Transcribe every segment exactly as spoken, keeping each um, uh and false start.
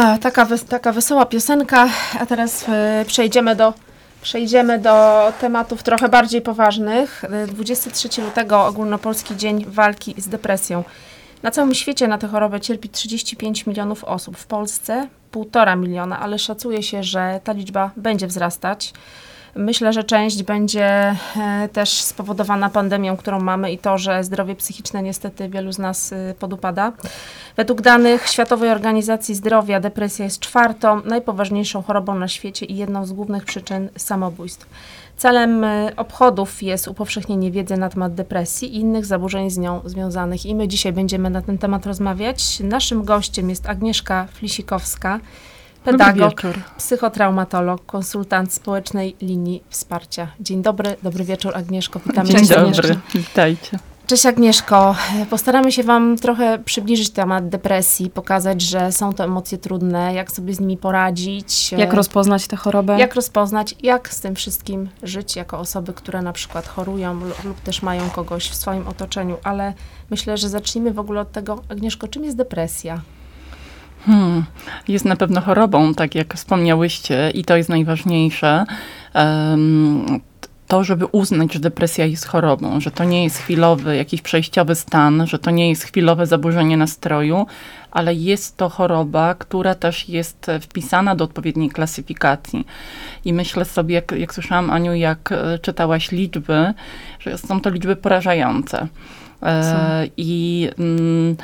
A, taka, wes- taka wesoła piosenka, a teraz y, przejdziemy do Przejdziemy do tematów trochę bardziej poważnych. dwudziestego trzeciego lutego ogólnopolski dzień walki z depresją. Na całym świecie na tę chorobę cierpi trzydzieści pięć milionów osób. W Polsce półtora miliona, ale szacuje się, że ta liczba będzie wzrastać. Myślę, że część będzie e, też spowodowana pandemią, którą mamy i to, że zdrowie psychiczne niestety wielu z nas e, podupada. Według danych Światowej Organizacji Zdrowia depresja jest czwartą najpoważniejszą chorobą na świecie i jedną z głównych przyczyn samobójstw. Celem e, obchodów jest upowszechnienie wiedzy na temat depresji i innych zaburzeń z nią związanych. I my dzisiaj będziemy na ten temat rozmawiać. Naszym gościem jest Agnieszka Flisikowska, pedagog, psychotraumatolog, konsultant społecznej linii wsparcia. Dzień dobry, dobry wieczór Agnieszko, witamy Dzień Cię dobry, serdecznie. witajcie. Cześć Agnieszko, postaramy się Wam trochę przybliżyć temat depresji, pokazać, że są to emocje trudne, jak sobie z nimi poradzić. Jak rozpoznać tę chorobę? Jak rozpoznać, jak z tym wszystkim żyć jako osoby, które na przykład chorują lub, lub też mają kogoś w swoim otoczeniu, ale myślę, że zacznijmy w ogóle od tego, Agnieszko, czym jest depresja? Hmm. Jest na pewno chorobą, tak jak wspomniałyście, i to jest najważniejsze. Um, to, żeby uznać, że depresja jest chorobą, że to nie jest chwilowy jakiś przejściowy stan, że to nie jest chwilowe zaburzenie nastroju, ale jest to choroba, która też jest wpisana do odpowiedniej klasyfikacji. I myślę sobie, jak, jak słyszałam, Aniu, jak czytałaś liczby, że są to liczby porażające. E, I... Mm,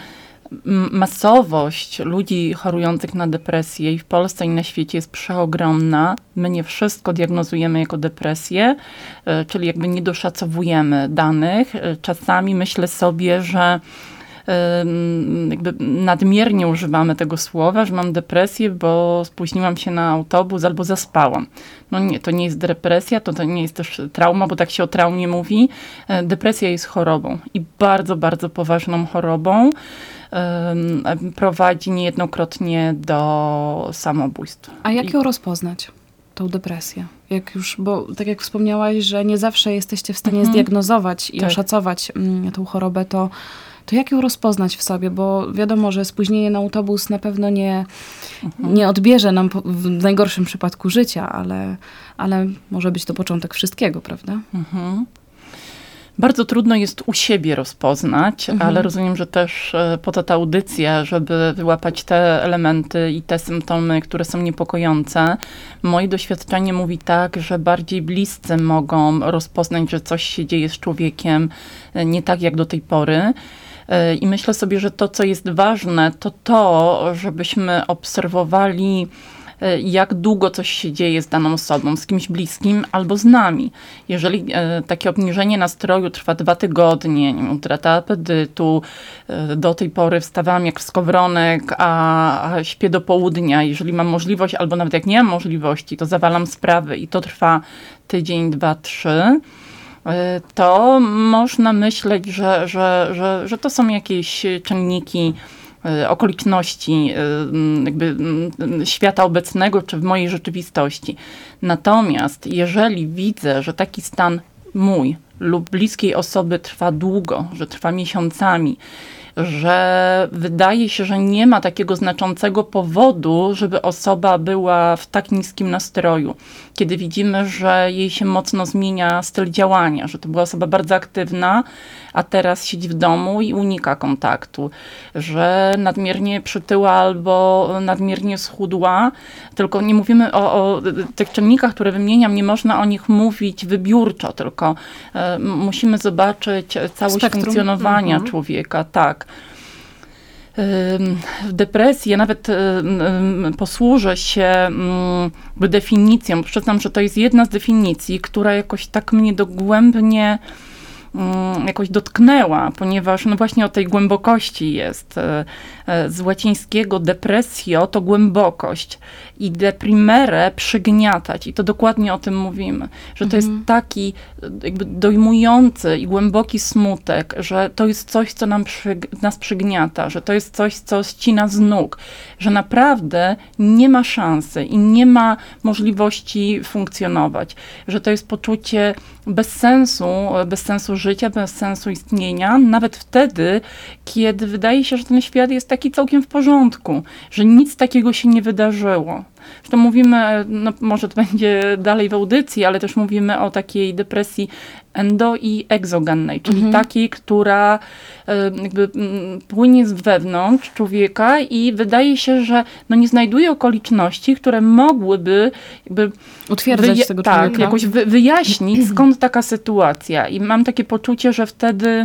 masowość ludzi chorujących na depresję i w Polsce i na świecie jest przeogromna. My nie wszystko diagnozujemy jako depresję, czyli jakby nie doszacowujemy danych. Czasami myślę sobie, że jakby nadmiernie używamy tego słowa, że mam depresję, bo spóźniłam się na autobus albo zaspałam. No nie, to nie jest depresja, to, to nie jest też trauma, bo tak się o traumie mówi. Depresja jest chorobą i bardzo, bardzo poważną chorobą. Um, prowadzi niejednokrotnie do samobójstw. A jak ją rozpoznać, tą depresję? Jak już, bo tak jak wspomniałaś, że nie zawsze jesteście w stanie mhm. zdiagnozować i tak. oszacować mm, tą chorobę, to, to jak ją rozpoznać w sobie? Bo wiadomo, że spóźnienie na autobus na pewno nie, mhm. nie odbierze nam po, w najgorszym przypadku życia, ale, ale może być to początek wszystkiego, prawda? Mhm. Bardzo trudno jest u siebie rozpoznać, mhm. ale rozumiem, że też po to ta audycja, żeby wyłapać te elementy i te symptomy, które są niepokojące. Moje doświadczenie mówi tak, że bardziej bliscy mogą rozpoznać, że coś się dzieje z człowiekiem nie tak jak do tej pory. I myślę sobie, że to, co jest ważne, to to, żebyśmy obserwowali, jak długo coś się dzieje z daną osobą, z kimś bliskim albo z nami. Jeżeli e, takie obniżenie nastroju trwa dwa tygodnie, nie wiem, utrata apetytu, e, do tej pory wstawałam jak skowronek, a, a śpię do południa. Jeżeli mam możliwość, albo nawet jak nie mam możliwości, to zawalam sprawy i to trwa tydzień, dwa, trzy, e, to można myśleć, że, że, że, że to są jakieś czynniki, okoliczności jakby świata obecnego, czy w mojej rzeczywistości. Natomiast jeżeli widzę, że taki stan mój lub bliskiej osoby trwa długo, że trwa miesiącami, że wydaje się, że nie ma takiego znaczącego powodu, żeby osoba była w tak niskim nastroju. Kiedy widzimy, że jej się mocno zmienia styl działania, że to była osoba bardzo aktywna, a teraz siedzi w domu i unika kontaktu, że nadmiernie przytyła albo nadmiernie schudła, tylko nie mówimy o, o tych czynnikach, które wymieniam, nie można o nich mówić wybiórczo, tylko e, musimy zobaczyć całość Spektrum. funkcjonowania mhm. człowieka, tak. W depresji, ja nawet posłużę się definicją, przyznam, że to jest jedna z definicji, która jakoś tak mnie dogłębnie jakoś dotknęła, ponieważ no właśnie o tej głębokości jest. Z łacińskiego depressio to głębokość i deprimere przygniatać. I to dokładnie o tym mówimy, że to mhm. jest taki jakby dojmujący i głęboki smutek, że to jest coś, co nam przy, nas przygniata, że to jest coś, co ścina z nóg, że naprawdę nie ma szansy i nie ma możliwości funkcjonować, że to jest poczucie bez sensu, bez sensu życia, bez sensu istnienia, nawet wtedy, kiedy wydaje się, że ten świat jest taki całkiem w porządku, że nic takiego się nie wydarzyło. Zresztą mówimy, no może to będzie dalej w audycji, ale też mówimy o takiej depresji endo- i egzogennej, czyli mhm. takiej, która jakby płynie z wewnątrz człowieka i wydaje się, że no nie znajduje okoliczności, które mogłyby jakby utwierdzać wyja- tego człowieka. Tak, jakoś wy- wyjaśnić, skąd taka sytuacja. I mam takie poczucie, że wtedy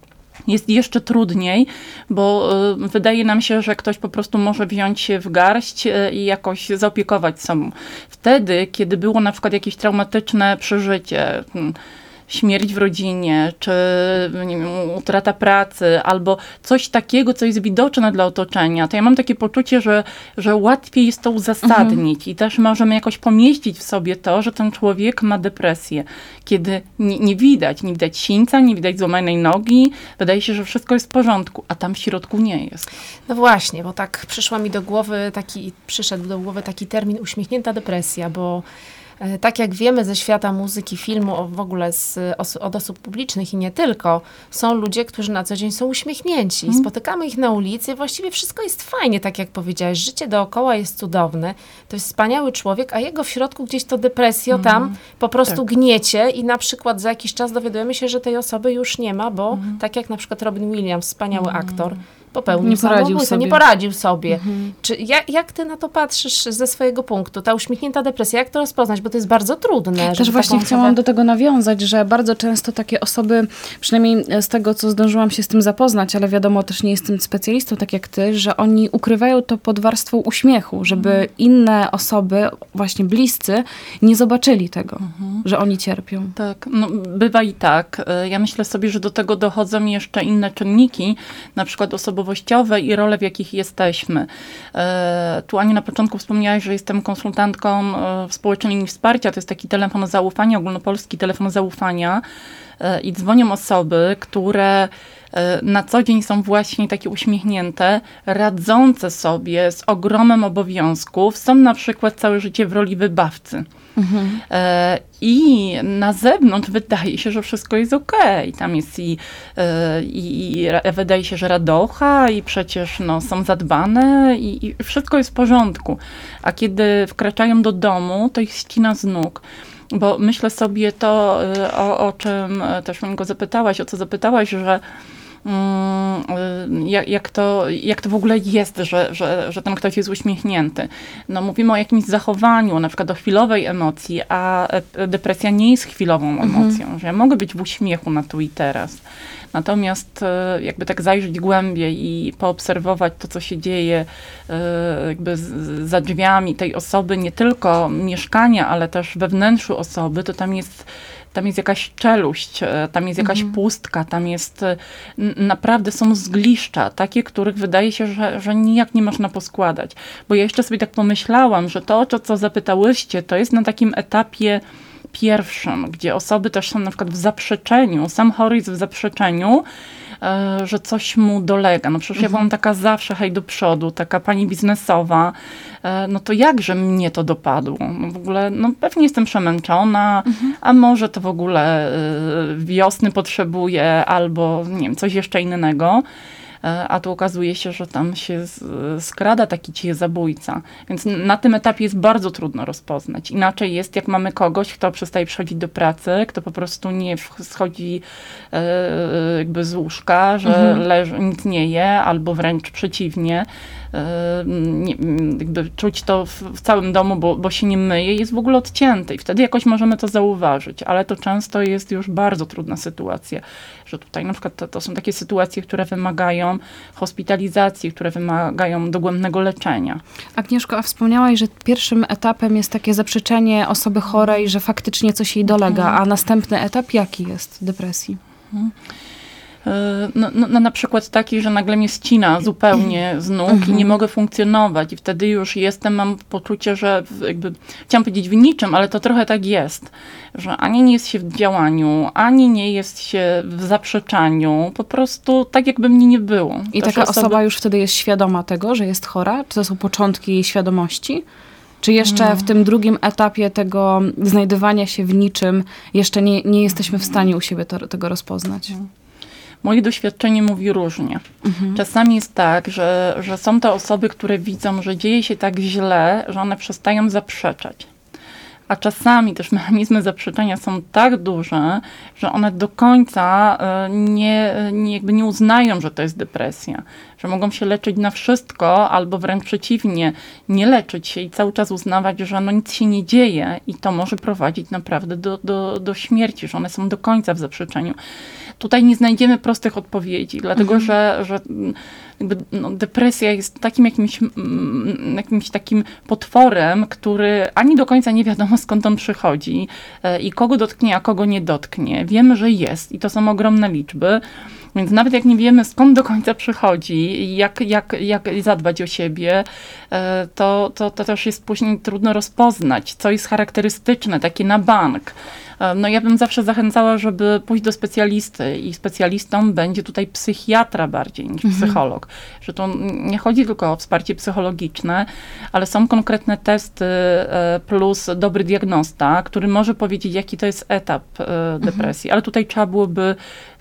jest jeszcze trudniej, bo y, wydaje nam się, że ktoś po prostu może wziąć się w garść y, i jakoś zaopiekować sobą. Wtedy, kiedy było na przykład jakieś traumatyczne przeżycie, y, śmierć w rodzinie, czy nie wiem, utrata pracy, albo coś takiego, co jest widoczne dla otoczenia, to ja mam takie poczucie, że, że łatwiej jest to uzasadnić mhm. i też możemy jakoś pomieścić w sobie to, że ten człowiek ma depresję. Kiedy nie, nie widać, nie widać sińca, nie widać złamanej nogi, wydaje się, że wszystko jest w porządku, a tam w środku nie jest. No właśnie, bo tak przyszła mi do głowy taki, przyszedł do głowy taki termin uśmiechnięta depresja, bo tak jak wiemy ze świata muzyki, filmu, w ogóle z, od osób publicznych i nie tylko, są ludzie, którzy na co dzień są uśmiechnięci. Mm. Spotykamy ich na ulicy, właściwie wszystko jest fajnie, tak jak powiedziałaś. Życie dookoła jest cudowne. To jest wspaniały człowiek, a jego w środku gdzieś to depresjo mm. tam po prostu tak. gniecie i na przykład za jakiś czas dowiadujemy się, że tej osoby już nie ma, bo mm. tak jak na przykład Robin Williams, wspaniały mm. aktor, popełnił nie poradził sobie. nie poradził sobie. Mhm. Czy, jak, jak ty na to patrzysz ze swojego punktu? Ta uśmiechnięta depresja, jak to rozpoznać? Bo to jest bardzo trudne. Też właśnie chciałam osobę... do tego nawiązać, że bardzo często takie osoby, przynajmniej z tego, co zdążyłam się z tym zapoznać, ale wiadomo, też nie jestem specjalistą, tak jak ty, że oni ukrywają to pod warstwą uśmiechu, żeby mhm. inne osoby, właśnie bliscy, nie zobaczyli tego, mhm. że oni cierpią. Tak, no, bywa i tak. Ja myślę sobie, że do tego dochodzą jeszcze inne czynniki, na przykład osoby osobowościowe i role, w jakich jesteśmy. E, tu Aniu na początku wspomniałaś, że jestem konsultantką e, w społecznej linii wsparcia. To jest taki telefon zaufania, ogólnopolski telefon zaufania e, i dzwonią osoby, które e, na co dzień są właśnie takie uśmiechnięte, radzące sobie z ogromem obowiązków. Są na przykład całe życie w roli wybawcy. Mhm. E, I na zewnątrz wydaje się, że wszystko jest okej. Tam jest i, e, i, i wydaje się, że radocha i przecież no, są zadbane i, i wszystko jest w porządku. A kiedy wkraczają do domu, to ich ścina z nóg. Bo myślę sobie to, o, o czym też mnie go zapytałaś, o co zapytałaś, że Jak, jak, to, jak to w ogóle jest, że, że, że ten ktoś jest uśmiechnięty. No, mówimy o jakimś zachowaniu, na przykład o chwilowej emocji, a depresja nie jest chwilową emocją, mhm. że ja mogę być w uśmiechu na tu i teraz. Natomiast jakby tak zajrzeć głębiej i poobserwować to, co się dzieje jakby za drzwiami tej osoby, nie tylko mieszkania, ale też we wnętrzu osoby, to tam jest Tam jest jakaś czeluść, tam jest jakaś mhm. pustka, tam jest, naprawdę są zgliszcza, takie, których wydaje się, że, że nijak nie można poskładać. Bo ja jeszcze sobie tak pomyślałam, że to, o co zapytałyście, to jest na takim etapie pierwszym, gdzie osoby też są na przykład w zaprzeczeniu, sam chory jest w zaprzeczeniu, e, że coś mu dolega. No przecież mhm. ja byłam taka zawsze hej do przodu, taka pani biznesowa, e, no to jakże mnie to dopadło? No w ogóle, no pewnie jestem przemęczona, mhm. a może to w ogóle e, wiosny potrzebuję, albo nie wiem, coś jeszcze innego. A tu okazuje się, że tam się skrada taki ci zabójca. Więc na tym etapie jest bardzo trudno rozpoznać. Inaczej jest, jak mamy kogoś, kto przestaje przychodzić do pracy, kto po prostu nie schodzi e, jakby z łóżka, że mhm. leży, nic nie je, albo wręcz przeciwnie. E, nie, jakby czuć to w, w całym domu, bo, bo się nie myje, jest w ogóle odcięty. I wtedy jakoś możemy to zauważyć. Ale to często jest już bardzo trudna sytuacja. Że tutaj na przykład to, to są takie sytuacje, które wymagają hospitalizacji, które wymagają dogłębnego leczenia. Agnieszko, a wspomniałaś, że pierwszym etapem jest takie zaprzeczenie osoby chorej, że faktycznie coś jej dolega, mhm. a następny etap jaki jest depresji? Mhm. No, no, na przykład taki, że nagle mnie ścina zupełnie z nóg mhm. i nie mogę funkcjonować i wtedy już jestem, mam poczucie, że jakby, chciałam powiedzieć w niczym, ale to trochę tak jest, że ani nie jest się w działaniu, ani nie jest się w zaprzeczaniu, po prostu tak jakby mnie nie było. I Też taka osoby... osoba już wtedy jest świadoma tego, że jest chora? Czy to są początki jej świadomości? Czy jeszcze No. w tym drugim etapie tego znajdywania się w niczym jeszcze nie, nie jesteśmy w stanie u siebie to, tego rozpoznać? Moje doświadczenie mówi różnie. Mhm. Czasami jest tak, że, że są to osoby, które widzą, że dzieje się tak źle, że one przestają zaprzeczać. A czasami też mechanizmy zaprzeczenia są tak duże, że one do końca nie, nie, jakby nie uznają, że to jest depresja. Że mogą się leczyć na wszystko, albo wręcz przeciwnie, nie leczyć się i cały czas uznawać, że no nic się nie dzieje i to może prowadzić naprawdę do, do, do śmierci, że one są do końca w zaprzeczeniu. Tutaj nie znajdziemy prostych odpowiedzi, dlatego mhm. że, że jakby, no, depresja jest takim jakimś, mm, jakimś takim potworem, który ani do końca nie wiadomo skąd on przychodzi e, i kogo dotknie, a kogo nie dotknie. Wiemy, że jest i to są ogromne liczby. Więc nawet jak nie wiemy, skąd do końca przychodzi i jak, jak, jak zadbać o siebie, to, to, to też jest później trudno rozpoznać, co jest charakterystyczne, takie na bank. No ja bym zawsze zachęcała, żeby pójść do specjalisty i specjalistą będzie tutaj psychiatra bardziej niż Mhm. psycholog. Że to nie chodzi tylko o wsparcie psychologiczne, ale są konkretne testy plus dobry diagnosta, który może powiedzieć, jaki to jest etap depresji. Mhm. Ale tutaj trzeba byłoby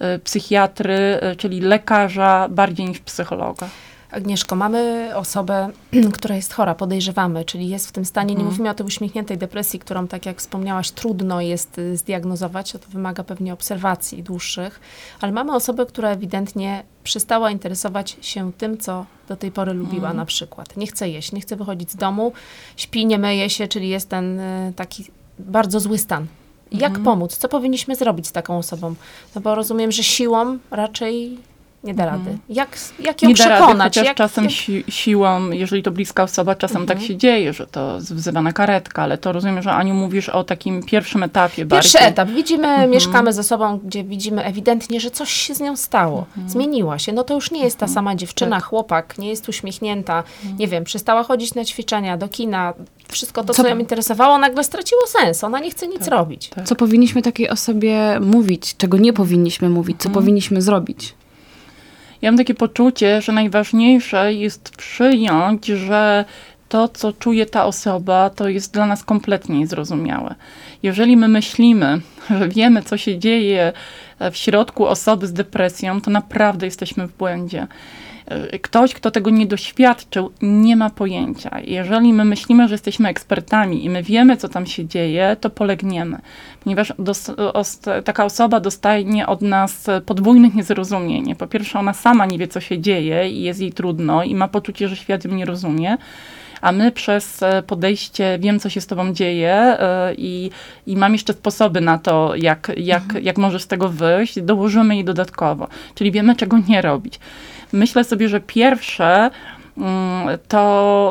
psychiatry, czyli lekarza bardziej niż psychologa. Agnieszko, mamy osobę, która jest chora, podejrzewamy, czyli jest w tym stanie, nie mówimy o tej uśmiechniętej depresji, którą, tak jak wspomniałaś, trudno jest zdiagnozować, to wymaga pewnie obserwacji dłuższych, ale mamy osobę, która ewidentnie przestała interesować się tym, co do tej pory lubiła, na przykład. Nie chce jeść, nie chce wychodzić z domu, śpi, nie myje się, czyli jest ten taki bardzo zły stan. Jak mhm. pomóc? Co powinniśmy zrobić z taką osobą? No bo rozumiem, że siłą raczej nie da rady. Mhm. Jak, jak ją nie przekonać? Da rady, chociaż jak, czasem jak... Si siłą, jeżeli to bliska osoba, czasem mhm. tak się dzieje, że to jest wzywana karetka, ale to rozumiem, że Aniu mówisz o takim pierwszym etapie. Pierwszy bardziej. etap. Widzimy, mhm. mieszkamy ze sobą, gdzie widzimy ewidentnie, że coś się z nią stało. Mhm. Zmieniła się. No to już nie jest ta sama dziewczyna, tak. chłopak, nie jest uśmiechnięta. Mhm. Nie wiem, przestała chodzić na ćwiczenia, do kina. Wszystko to, co, co ją interesowało, nagle straciło sens. Ona nie chce nic tak. robić. Tak. Co powinniśmy takiej osobie mówić? Czego nie powinniśmy mówić? Co mhm. powinniśmy zrobić? Ja mam takie poczucie, że najważniejsze jest przyjąć, że to, co czuje ta osoba, to jest dla nas kompletnie niezrozumiałe. Jeżeli my myślimy, że wiemy, co się dzieje w środku osoby z depresją, to naprawdę jesteśmy w błędzie. Ktoś, kto tego nie doświadczył, nie ma pojęcia. Jeżeli my myślimy, że jesteśmy ekspertami i my wiemy, co tam się dzieje, to polegniemy. Ponieważ dos- os- taka osoba dostaje od nas podwójne niezrozumienie. Po pierwsze, ona sama nie wie, co się dzieje i jest jej trudno i ma poczucie, że świat ją nie rozumie. A my przez podejście, wiem, co się z tobą dzieje yy, i, i mam jeszcze sposoby na to, jak, jak, mhm. jak możesz z tego wyjść, dołożymy jej dodatkowo. Czyli wiemy, czego nie robić. Myślę sobie, że pierwsze mm, to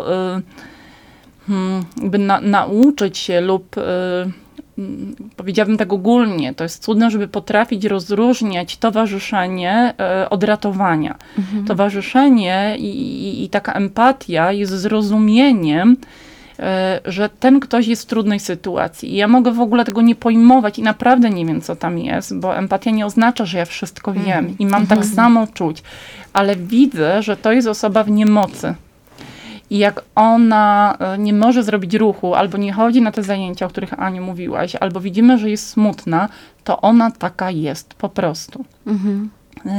yy, jakby na, nauczyć się lub yy, powiedziałabym tak ogólnie, to jest cudne, żeby potrafić rozróżniać towarzyszenie y, od ratowania. Mhm. Towarzyszenie i, i, i taka empatia jest zrozumieniem, y, że ten ktoś jest w trudnej sytuacji. I ja mogę w ogóle tego nie pojmować i naprawdę nie wiem, co tam jest, bo empatia nie oznacza, że ja wszystko wiem mhm. i mam mhm. tak samo czuć. Ale widzę, że to jest osoba w niemocy. I jak ona nie może zrobić ruchu, albo nie chodzi na te zajęcia, o których Aniu mówiłaś, albo widzimy, że jest smutna, to ona taka jest po prostu. Mhm.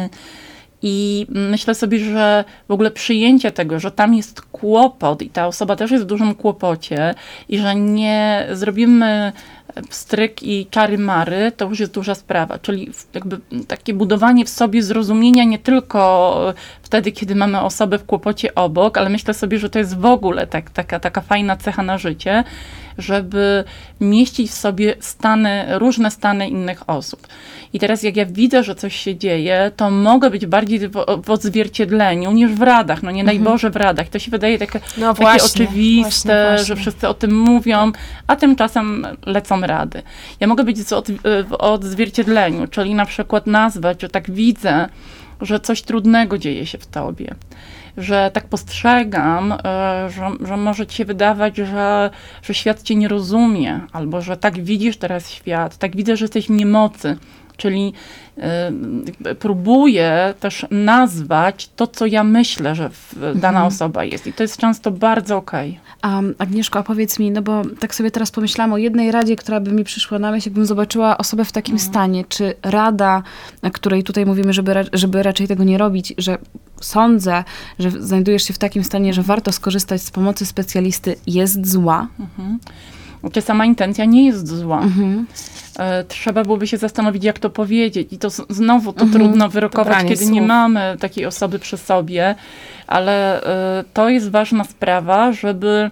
I myślę sobie, że w ogóle przyjęcie tego, że tam jest kłopot i ta osoba też jest w dużym kłopocie i że nie zrobimy pstryk i czary mary, to już jest duża sprawa. Czyli jakby takie budowanie w sobie zrozumienia nie tylko wtedy, kiedy mamy osobę w kłopocie obok, ale myślę sobie, że to jest w ogóle tak, taka, taka fajna cecha na życie, żeby mieścić w sobie stany, różne stany innych osób. I teraz jak ja widzę, że coś się dzieje, to mogę być bardziej w, w odzwierciedleniu niż w radach. No nie daj mhm. Boże w radach. To się wydaje takie, no takie właśnie, oczywiste, właśnie, właśnie. że wszyscy o tym mówią, a tymczasem lecą rady. Ja mogę być w odzwierciedleniu, czyli na przykład nazwać, że tak widzę, że coś trudnego dzieje się w tobie. Że tak postrzegam, że, że może ci się wydawać, że, że świat cię nie rozumie, albo że tak widzisz teraz świat, tak widzę, że jesteś w niemocy. czyli y, próbuję też nazwać to, co ja myślę, że dana mhm. osoba jest. I to jest często bardzo okej. A Agnieszko, a powiedz mi, no bo tak sobie teraz pomyślałam o jednej radzie, która by mi przyszła na myśl, jakbym zobaczyła osobę w takim mhm. stanie. Czy rada, na której tutaj mówimy, żeby, żeby raczej tego nie robić, że sądzę, że znajdujesz się w takim stanie, że warto skorzystać z pomocy specjalisty, jest zła? Mhm. Czy sama intencja nie jest zła. Mhm. E, trzeba byłoby się zastanowić, jak to powiedzieć. I to z, znowu to mhm. trudno wyrokować, kiedy słów. nie mamy takiej osoby przy sobie, ale e, to jest ważna sprawa, żeby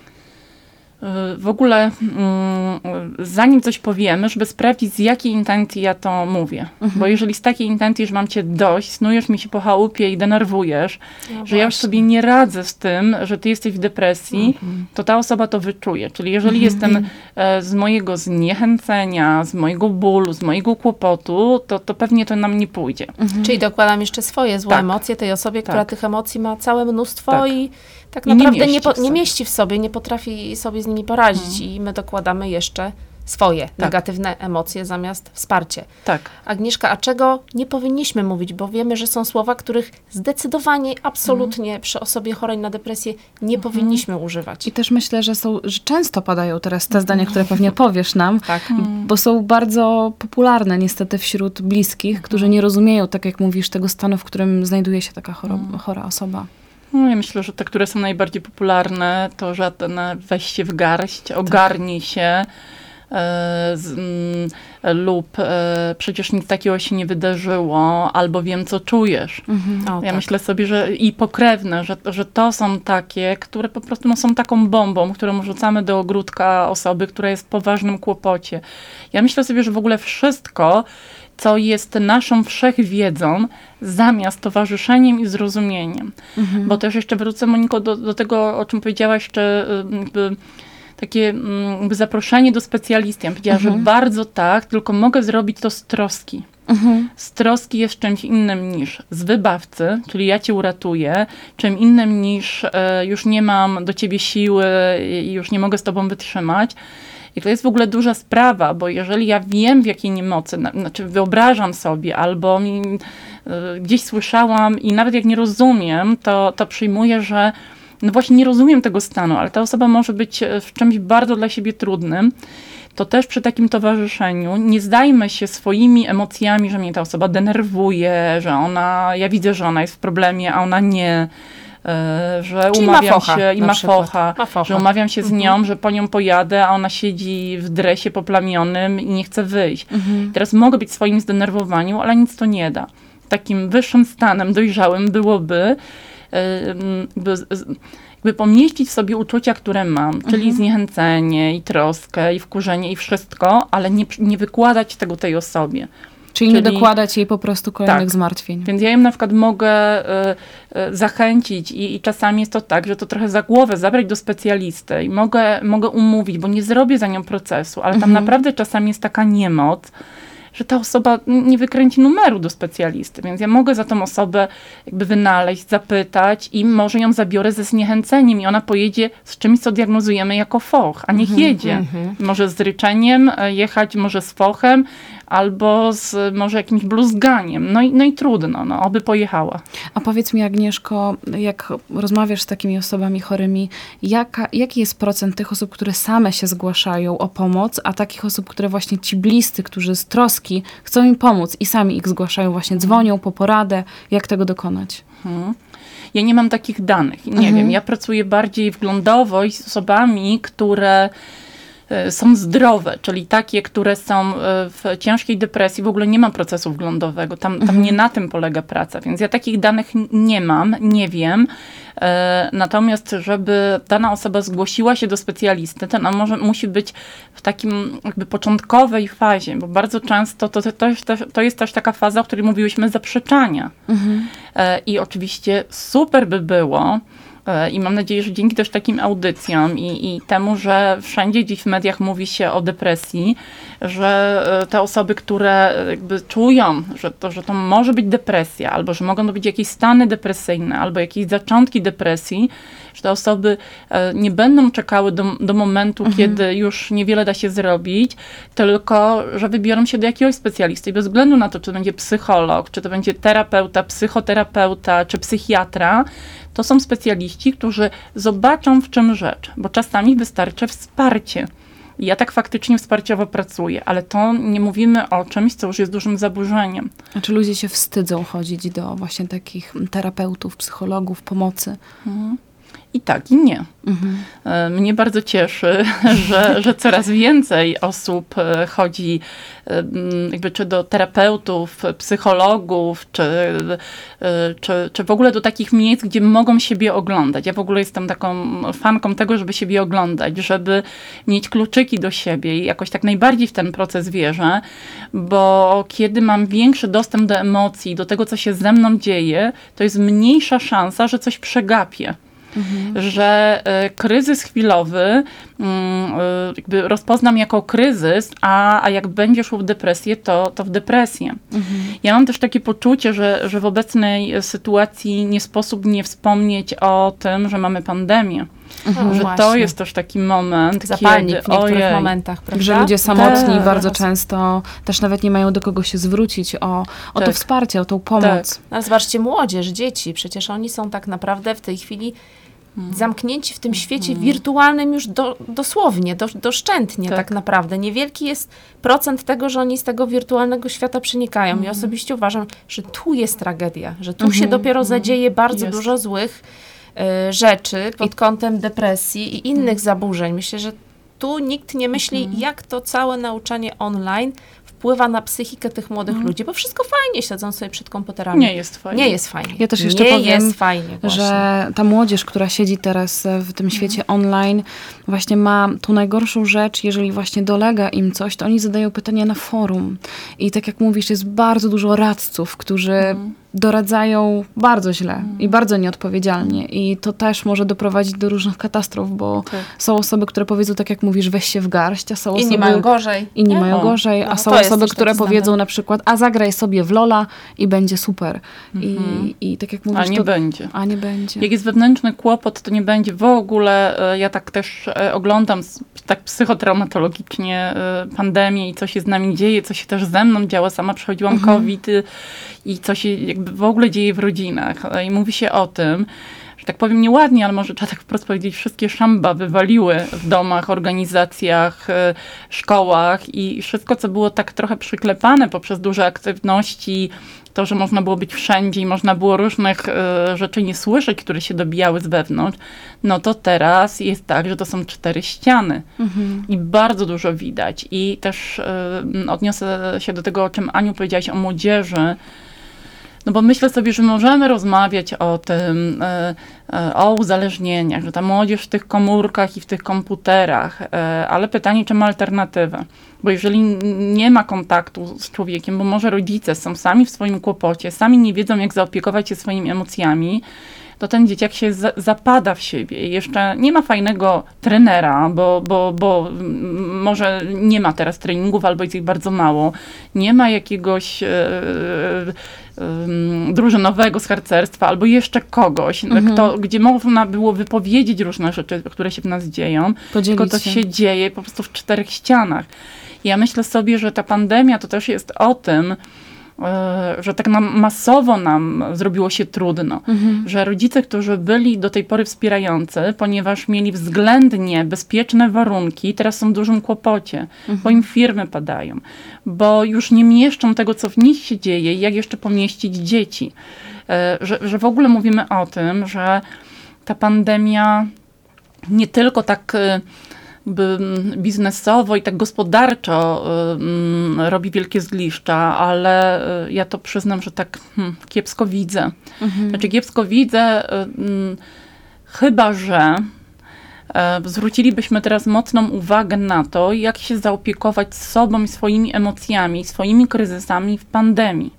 w ogóle zanim coś powiemy, żeby sprawdzić, z jakiej intencji ja to mówię. Mhm. Bo jeżeli z takiej intencji, że mam cię dość, snujesz mi się po chałupie i denerwujesz, no że właśnie. ja już sobie nie radzę z tym, że ty jesteś w depresji, mhm. to ta osoba to wyczuje. Czyli jeżeli mhm. jestem e, z mojego zniechęcenia, z mojego bólu, z mojego kłopotu, to, to pewnie to nam nie pójdzie. Mhm. Czyli dokładam jeszcze swoje złe tak. emocje tej osobie, która tak. tych emocji ma całe mnóstwo tak. i tak I naprawdę nie nie, po, mieści nie mieści w sobie, nie potrafi sobie z nimi poradzić hmm. i my dokładamy jeszcze swoje tak. negatywne emocje zamiast wsparcie. Tak. Agnieszka, a czego nie powinniśmy mówić? Bo wiemy, że są słowa, których zdecydowanie, absolutnie hmm. przy osobie chorej na depresję nie hmm. powinniśmy używać. I też myślę, że, są, że często padają teraz te zdania, które pewnie powiesz nam, tak. hmm. bo są bardzo popularne niestety wśród bliskich, hmm. którzy nie rozumieją, tak jak mówisz, tego stanu, w którym znajduje się taka chora, hmm. chora osoba. No, ja myślę, że te, które są najbardziej popularne, to żadne weź się w garść, ogarnij się e, z, m, lub e, przecież nic takiego się nie wydarzyło, albo wiem, co czujesz. Mhm. O, ja tak. myślę sobie, że i pokrewne, że, że to są takie, które po prostu no, są taką bombą, którą rzucamy do ogródka osoby, która jest w poważnym kłopocie. Ja myślę sobie, że w ogóle wszystko, co jest naszą wszechwiedzą, zamiast towarzyszeniem i zrozumieniem. Mhm. Bo też jeszcze wrócę, Moniko, do, do tego, o czym powiedziałaś, jeszcze jakby takie jakby zaproszenie do specjalisty. Ja powiedziała, mhm. że bardzo tak, tylko mogę zrobić to z troski. Mhm. Z troski jest czymś innym niż z wybawcy, czyli ja cię uratuję, czym innym niż e, już nie mam do ciebie siły i już nie mogę z tobą wytrzymać. I to jest w ogóle duża sprawa, bo jeżeli ja wiem, w jakiej niemocy, znaczy wyobrażam sobie, albo mi, y, gdzieś słyszałam i nawet jak nie rozumiem, to, to przyjmuję, że no właśnie nie rozumiem tego stanu, ale ta osoba może być w czymś bardzo dla siebie trudnym, to też przy takim towarzyszeniu nie zdajmy się swoimi emocjami, że mnie ta osoba denerwuje, że ona, ja widzę, że ona jest w problemie, a ona nie. Że Czyli umawiam ma focha, się i ma focha, ma focha, że umawiam się z nią, mhm. że po nią pojadę, a ona siedzi w dresie poplamionym i nie chce wyjść. Mhm. Teraz mogę być w swoim zdenerwowaniu, ale nic to nie da. Takim wyższym stanem dojrzałym byłoby jakby, jakby pomieścić w sobie uczucia, które mam, mhm. czyli zniechęcenie i troskę i wkurzenie i wszystko, ale nie, nie wykładać tego tej osobie. Czyli, Czyli nie dokładać jej po prostu kolejnych tak. zmartwień. Więc ja ją na przykład mogę y, y, zachęcić i, i czasami jest to tak, że to trochę za głowę zabrać do specjalisty i mogę, mogę umówić, bo nie zrobię za nią procesu, ale mhm. tam naprawdę czasami jest taka niemoc, że ta osoba nie wykręci numeru do specjalisty, więc ja mogę za tą osobę jakby wynaleźć, zapytać i może ją zabiorę ze zniechęceniem i ona pojedzie z czymś, co diagnozujemy jako foch, a niech mm-hmm, jedzie. Mm-hmm. Może z ryczeniem jechać, może z fochem, albo z może jakimś bluzganiem. No i, no i trudno, no, oby pojechała. A powiedz mi, Agnieszko, jak rozmawiasz z takimi osobami chorymi, jaka, jaki jest procent tych osób, które same się zgłaszają o pomoc, a takich osób, które właśnie ci bliscy, którzy z troski chcą im pomóc i sami ich zgłaszają, właśnie dzwonią po poradę, jak tego dokonać? Hmm. Ja nie mam takich danych. Nie mhm. wiem, ja pracuję bardziej wglądowo i z osobami, które są zdrowe, czyli takie, które są w ciężkiej depresji, w ogóle nie ma procesu wglądowego. Tam, tam mhm. nie na tym polega praca, więc ja takich danych nie mam, nie wiem. E, natomiast, żeby dana osoba zgłosiła się do specjalisty, to ona może, musi być w takim jakby początkowej fazie, bo bardzo często to, to, to, jest, też, to jest też taka faza, o której mówiłyśmy, zaprzeczania. Mhm. E, I oczywiście super by było, I mam nadzieję, że dzięki też takim audycjom i, i temu, że wszędzie dziś w mediach mówi się o depresji, że te osoby, które jakby czują, że to, że to może być depresja, albo że mogą to być jakieś stany depresyjne, albo jakieś zaczątki depresji, że te osoby nie będą czekały do, do momentu, mhm. kiedy już niewiele da się zrobić, tylko że wybiorą się do jakiegoś specjalisty i bez względu na to, czy to będzie psycholog, czy to będzie terapeuta, psychoterapeuta, czy psychiatra, to są specjaliści, którzy zobaczą, w czym rzecz, bo czasami wystarczy wsparcie. Ja tak faktycznie wsparciowo pracuję, ale to nie mówimy o czymś, co już jest dużym zaburzeniem. Znaczy ludzie się wstydzą chodzić do właśnie takich terapeutów, psychologów, pomocy. Mhm. I tak, i nie. Mhm. Mnie bardzo cieszy, że, że coraz więcej osób chodzi jakby czy do terapeutów, psychologów, czy, czy, czy w ogóle do takich miejsc, gdzie mogą siebie oglądać. Ja w ogóle jestem taką fanką tego, żeby siebie oglądać, żeby mieć kluczyki do siebie i jakoś tak najbardziej w ten proces wierzę, bo kiedy mam większy dostęp do emocji, do tego, co się ze mną dzieje, to jest mniejsza szansa, że coś przegapię. Mhm. Że y, kryzys chwilowy y, y, jakby rozpoznam jako kryzys, a, a jak będzie szło w depresję, to, to w depresję. Mhm. Ja mam też takie poczucie, że, że w obecnej sytuacji nie sposób nie wspomnieć o tym, że mamy pandemię. Mhm, że właśnie. To jest też taki moment, zapalnik kiedy, w niektórych ojej, momentach, prawda? Że ludzie samotni tak. bardzo często też nawet nie mają do kogo się zwrócić o, o tak. to wsparcie, o tą pomoc. Tak. No, zobaczcie, młodzież, dzieci, przecież oni są tak naprawdę w tej chwili Hmm. zamknięci w tym świecie hmm. wirtualnym już do, dosłownie, do, doszczętnie tak. tak naprawdę. Niewielki jest procent tego, że oni z tego wirtualnego świata przenikają. Hmm. I osobiście uważam, że tu jest tragedia, że tu hmm. się dopiero zadzieje bardzo jest. dużo złych y, rzeczy pod kątem depresji i innych hmm. zaburzeń. Myślę, że tu nikt nie myśli, hmm. jak to całe nauczanie online wpływa na psychikę tych młodych mm. ludzi, bo wszystko fajnie, siedzą sobie przed komputerami. Nie jest fajnie. Nie jest fajnie. Ja też jeszcze nie powiem, jest fajnie, że ta młodzież, która siedzi teraz w tym świecie mm. online, właśnie ma tu najgorszą rzecz, jeżeli właśnie dolega im coś, to oni zadają pytania na forum. I tak jak mówisz, jest bardzo dużo radców, którzy mm. doradzają bardzo źle mm. i bardzo nieodpowiedzialnie. I to też może doprowadzić do różnych katastrof, bo tak. są osoby, które powiedzą, tak jak mówisz, weź się w garść, a są inni osoby... mają gorzej. Inni mają o. gorzej, a no, są osoby, które powiedzą na przykład, a zagraj sobie w Lola i będzie super. I, mm-hmm. i tak jak mówisz, a nie to, będzie. A nie będzie. Jak jest wewnętrzny kłopot, to nie będzie w ogóle. Ja tak też oglądam tak psychotraumatologicznie pandemię i co się z nami dzieje, co się też ze mną działa. Sama przechodziłam mm-hmm. COVID i, i co się jakby w ogóle dzieje w rodzinach. I mówi się o tym, że tak powiem nieładnie, ale może trzeba tak wprost powiedzieć, wszystkie szamba wywaliły w domach, organizacjach, szkołach i wszystko, co było tak trochę przyklepane poprzez duże aktywności, to, że można było być wszędzie i można było różnych y, rzeczy nie słyszeć, które się dobijały z wewnątrz, no to teraz jest tak, że to są cztery ściany mhm. i bardzo dużo widać. I też y, odniosę się do tego, o czym Aniu powiedziałaś o młodzieży, no bo myślę sobie, że możemy rozmawiać o tym, o uzależnieniach, że ta młodzież w tych komórkach i w tych komputerach, ale pytanie, czy ma alternatywę? Bo jeżeli nie ma kontaktu z człowiekiem, bo może rodzice są sami w swoim kłopocie, sami nie wiedzą, jak zaopiekować się swoimi emocjami, to ten dzieciak się za, zapada w siebie. I jeszcze nie ma fajnego trenera, bo, bo, bo może nie ma teraz treningów, albo jest ich bardzo mało. Nie ma jakiegoś e, e, e, drużynowego z harcerstwa, albo jeszcze kogoś, mhm. kto, gdzie można było wypowiedzieć różne rzeczy, które się w nas dzieją. Podzielić tylko to się. się dzieje po prostu w czterech ścianach. I ja myślę sobie, że ta pandemia to też jest o tym, że tak nam masowo nam zrobiło się trudno, mhm. że rodzice, którzy byli do tej pory wspierający, ponieważ mieli względnie bezpieczne warunki, teraz są w dużym kłopocie, mhm. bo im firmy padają, bo już nie mieszczą tego, co w nich się dzieje, jak jeszcze pomieścić dzieci. Że, że w ogóle mówimy o tym, że ta pandemia nie tylko tak jakby biznesowo i tak gospodarczo y, robi wielkie zgliszcza, ale y, ja to przyznam, że tak hmm, kiepsko widzę. Mhm. Znaczy kiepsko widzę, y, y, chyba że y, zwrócilibyśmy teraz mocną uwagę na to, jak się zaopiekować sobą i swoimi emocjami, swoimi kryzysami w pandemii.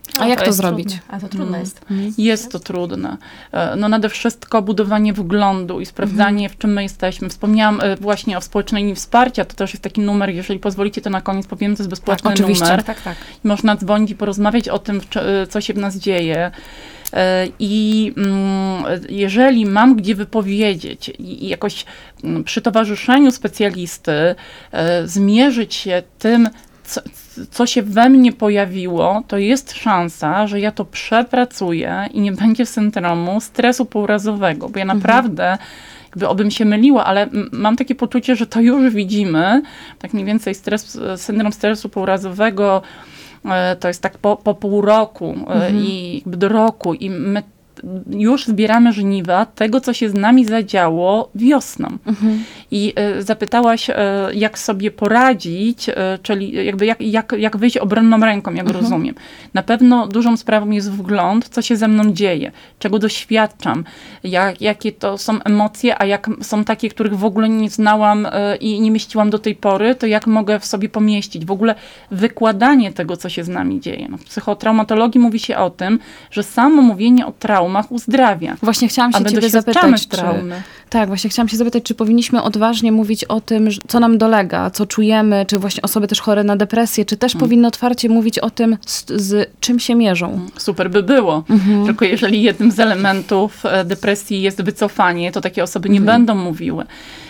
A jak to, jest zrobić? Trudne. A to trudne Mm. jest. Jest to trudne. E, No nade wszystko budowanie wglądu i sprawdzanie, w czym my jesteśmy. Wspomniałam e, właśnie o społecznej linii wsparcia, to też jest taki numer, jeżeli pozwolicie, to na koniec powiem, to jest bezpłatny oczywiście. numer. Tak, tak. Można dzwonić i porozmawiać o tym, w czy- co się w nas dzieje. E, I mm, jeżeli mam gdzie wypowiedzieć i i jakoś mm, przy towarzyszeniu specjalisty e, zmierzyć się tym, co, co się we mnie pojawiło, to jest szansa, że ja to przepracuję i nie będzie syndromu stresu pourazowego, bo ja naprawdę jakby obym się myliła, ale m- mam takie poczucie, że to już widzimy, tak mniej więcej stres, syndrom stresu pourazowego e, to jest tak po, po pół roku e, i jakby do roku i my już zbieramy żniwa tego, co się z nami zadziało wiosną. Mhm. I e, zapytałaś, e, jak sobie poradzić, e, czyli jakby jak, jak, jak wyjść obronną ręką, jak rozumiem. Na pewno dużą sprawą jest wgląd, co się ze mną dzieje, czego doświadczam, jak, jakie to są emocje, a jak są takie, których w ogóle nie znałam e, i nie mieściłam do tej pory, to jak mogę w sobie pomieścić. W ogóle wykładanie tego, co się z nami dzieje. No, w psychotraumatologii mówi się o tym, że samo mówienie o traumach uzdrawia. Właśnie chciałam się A my ciebie doświadczamy zapytać, czy, traumy. tak, właśnie chciałam się zapytać, czy powinniśmy odważnie mówić o tym, że- co nam dolega, co czujemy, czy właśnie osoby też chore na depresję, czy też powinny otwarcie mówić o tym, z, z czym się mierzą. Super by było. Tylko jeżeli jednym z elementów e, depresji jest wycofanie, to takie osoby nie będą mówiły.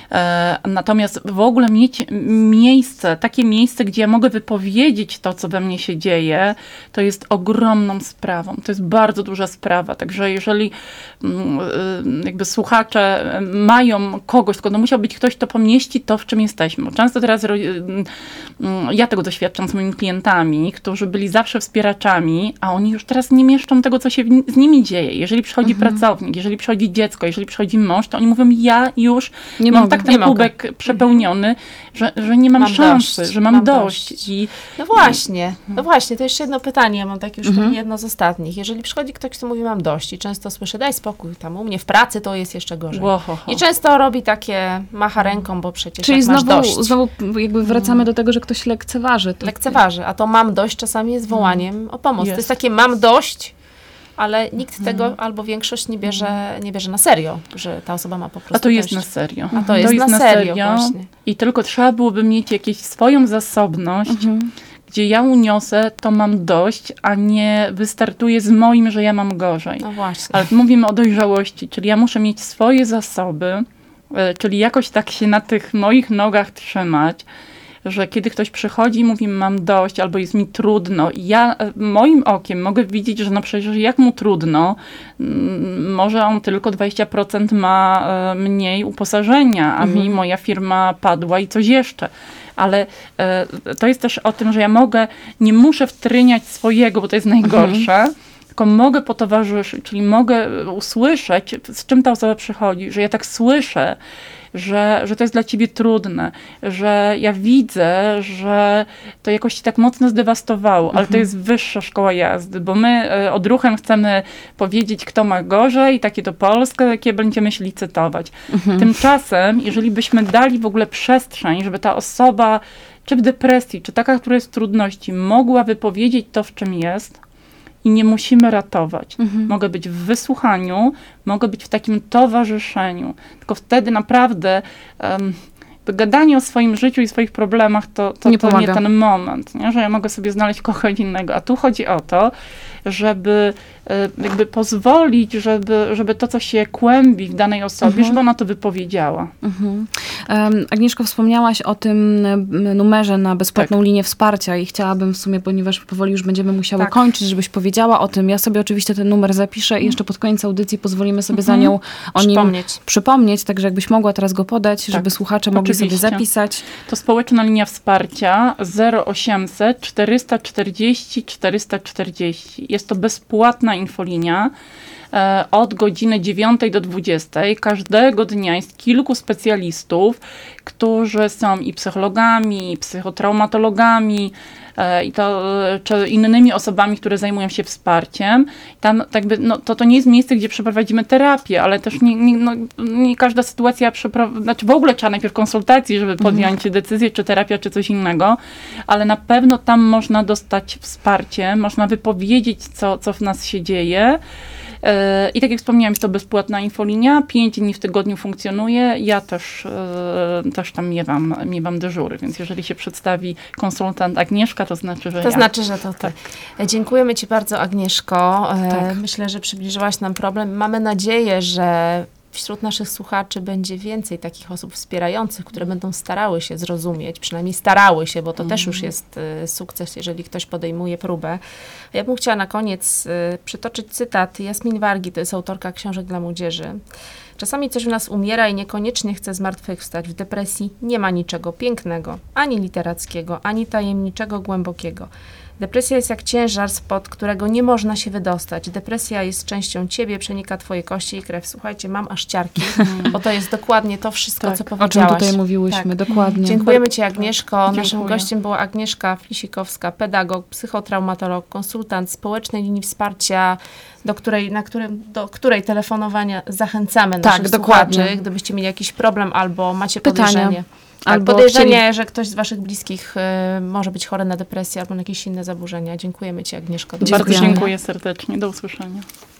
E, Natomiast w ogóle mieć miejsce, takie miejsce, gdzie ja mogę wypowiedzieć to, co we mnie się dzieje, to jest ogromną sprawą. To jest bardzo duża sprawa. Także jeżeli mm, y, jakby słuchacze mają kogoś, tylko no musiał być ktoś, kto pomieści to, w czym jesteśmy. Bo często teraz ro- y, y, ja tego doświadczam z moimi klientami, którzy byli zawsze wspieraczami, a oni już teraz nie mieszczą tego, co się w ni- z nimi dzieje. Jeżeli przychodzi pracownik, jeżeli przychodzi dziecko, jeżeli przychodzi mąż, to oni mówią, ja już Nie mam mogę. tak ten Nie mogę. kubek przepełniony, że, że nie mam, Mam szansy, dość, że mam, mam dość. dość. I No właśnie, no właśnie, to jeszcze jedno pytanie, ja mam takie już takie jedno z ostatnich. Jeżeli przychodzi ktoś, kto mówi, mam dość i często słyszę, daj spokój, tam u mnie w pracy to jest jeszcze gorzej. Łohoho. I często robi takie, macha ręką, bo przecież Czyli jak masz znowu, dość. znowu jakby wracamy do tego, że ktoś lekceważy. To, Lekceważy, a to mam dość czasami jest wołaniem o pomoc. Jest. To jest takie mam dość, ale nikt tego albo większość nie bierze, nie bierze na serio, że ta osoba ma po prostu A to jest dość. na serio. A to jest na serio właśnie. I tylko trzeba byłoby mieć jakąś swoją zasobność, gdzie ja uniosę, to mam dość, a nie wystartuję z moim, że ja mam gorzej. No właśnie. Ale mówimy o dojrzałości, czyli ja muszę mieć swoje zasoby, e, czyli jakoś tak się na tych moich nogach trzymać, że kiedy ktoś przychodzi i mówi, mam dość, albo jest mi trudno, i ja e, moim okiem mogę widzieć, że no przecież jak mu trudno, mm, może on tylko dwadzieścia procent ma e, mniej uposażenia, a mi moja firma padła i coś jeszcze. Ale e, to jest też o tym, że ja mogę, nie muszę wtryniać swojego, bo to jest najgorsze, tylko mogę potowarzyszyć, czyli mogę usłyszeć, z czym ta osoba przychodzi, że ja tak słyszę, że, że to jest dla ciebie trudne, że ja widzę, że to jakoś ci tak mocno zdewastowało, ale to jest wyższa szkoła jazdy, bo my e, odruchem chcemy powiedzieć, kto ma gorzej, takie to Polskę, jakie będziemy się licytować. Tymczasem, jeżeli byśmy dali w ogóle przestrzeń, żeby ta osoba, czy w depresji, czy taka, która jest w trudności, mogła wypowiedzieć to, w czym jest, i nie musimy ratować. Mogę być w wysłuchaniu, mogę być w takim towarzyszeniu. Tylko wtedy naprawdę um, to gadanie o swoim życiu i swoich problemach to, to, Nie to nie pomaga. ten moment, nie? Że ja mogę sobie znaleźć kogoś innego. A tu chodzi o to, żeby e, jakby pozwolić, żeby, żeby to, co się kłębi w danej osobie, żeby ona to wypowiedziała. Mhm. Um, Agnieszko, wspomniałaś o tym m, numerze na bezpłatną Tak. linię wsparcia i chciałabym w sumie, ponieważ powoli już będziemy musiały Tak. kończyć, żebyś powiedziała o tym. Ja sobie oczywiście ten numer zapiszę i jeszcze pod koniec audycji pozwolimy sobie za nią o nim Przypomnieć. przypomnieć, także jakbyś mogła teraz go podać, żeby słuchacze mogli oczywiście. sobie zapisać. To społeczna linia wsparcia zero osiemset czterysta czterdzieści czterysta czterdzieści. Jest to bezpłatna infolinia. e, od godziny dziewiątej do dwudziestej. Każdego dnia jest kilku specjalistów, którzy są i psychologami, i psychotraumatologami, i to, czy innymi osobami, które zajmują się wsparciem. Tam jakby, no, to, to nie jest miejsce, gdzie przeprowadzimy terapię, ale też nie, nie, no, nie każda sytuacja, przepra- znaczy w ogóle trzeba najpierw konsultacji, żeby podjąć mhm. decyzję, czy terapia, czy coś innego, ale na pewno tam można dostać wsparcie, można wypowiedzieć, co, co w nas się dzieje. I tak jak wspomniałam, jest to bezpłatna infolinia, pięć dni w tygodniu funkcjonuje. Ja też, też tam miewam, miewam dyżury, więc jeżeli się przedstawi konsultant Agnieszka, to znaczy, że To ja. znaczy, że to ty. Tak. Dziękujemy Ci bardzo, Agnieszko. Tak. Myślę, że przybliżyłaś nam problem. Mamy nadzieję, że wśród naszych słuchaczy będzie więcej takich osób wspierających, które będą starały się zrozumieć, przynajmniej starały się, bo to mm. też już jest y, sukces, jeżeli ktoś podejmuje próbę. Ja bym chciała na koniec y, przytoczyć cytat Jasmin Wargi, to jest autorka książek dla młodzieży. Czasami coś w nas umiera i niekoniecznie chce zmartwychwstać. W depresji nie ma niczego pięknego, ani literackiego, ani tajemniczego, głębokiego. Depresja jest jak ciężar, spod którego nie można się wydostać. Depresja jest częścią ciebie, przenika twoje kości i krew. Słuchajcie, mam aż ciarki, bo to jest dokładnie to wszystko, tak, co powiedziałaś. O czym tutaj mówiłyśmy, tak. dokładnie. Dziękujemy Ci, Agnieszko. Dziękuję. Naszym gościem była Agnieszka Flisikowska, pedagog, psychotraumatolog, konsultant społecznej linii wsparcia, do której, na którym, do której telefonowania zachęcamy tak, naszych dokładnie. słuchaczy, gdybyście mieli jakiś problem albo macie Pytania. podejrzenie. Tak, Albo podejrzenie, chcieli... że ktoś z waszych bliskich y, może być chory na depresję albo na jakieś inne zaburzenia. Dziękujemy Ci, Agnieszko. Bardzo dziękuję serdecznie. Do usłyszenia.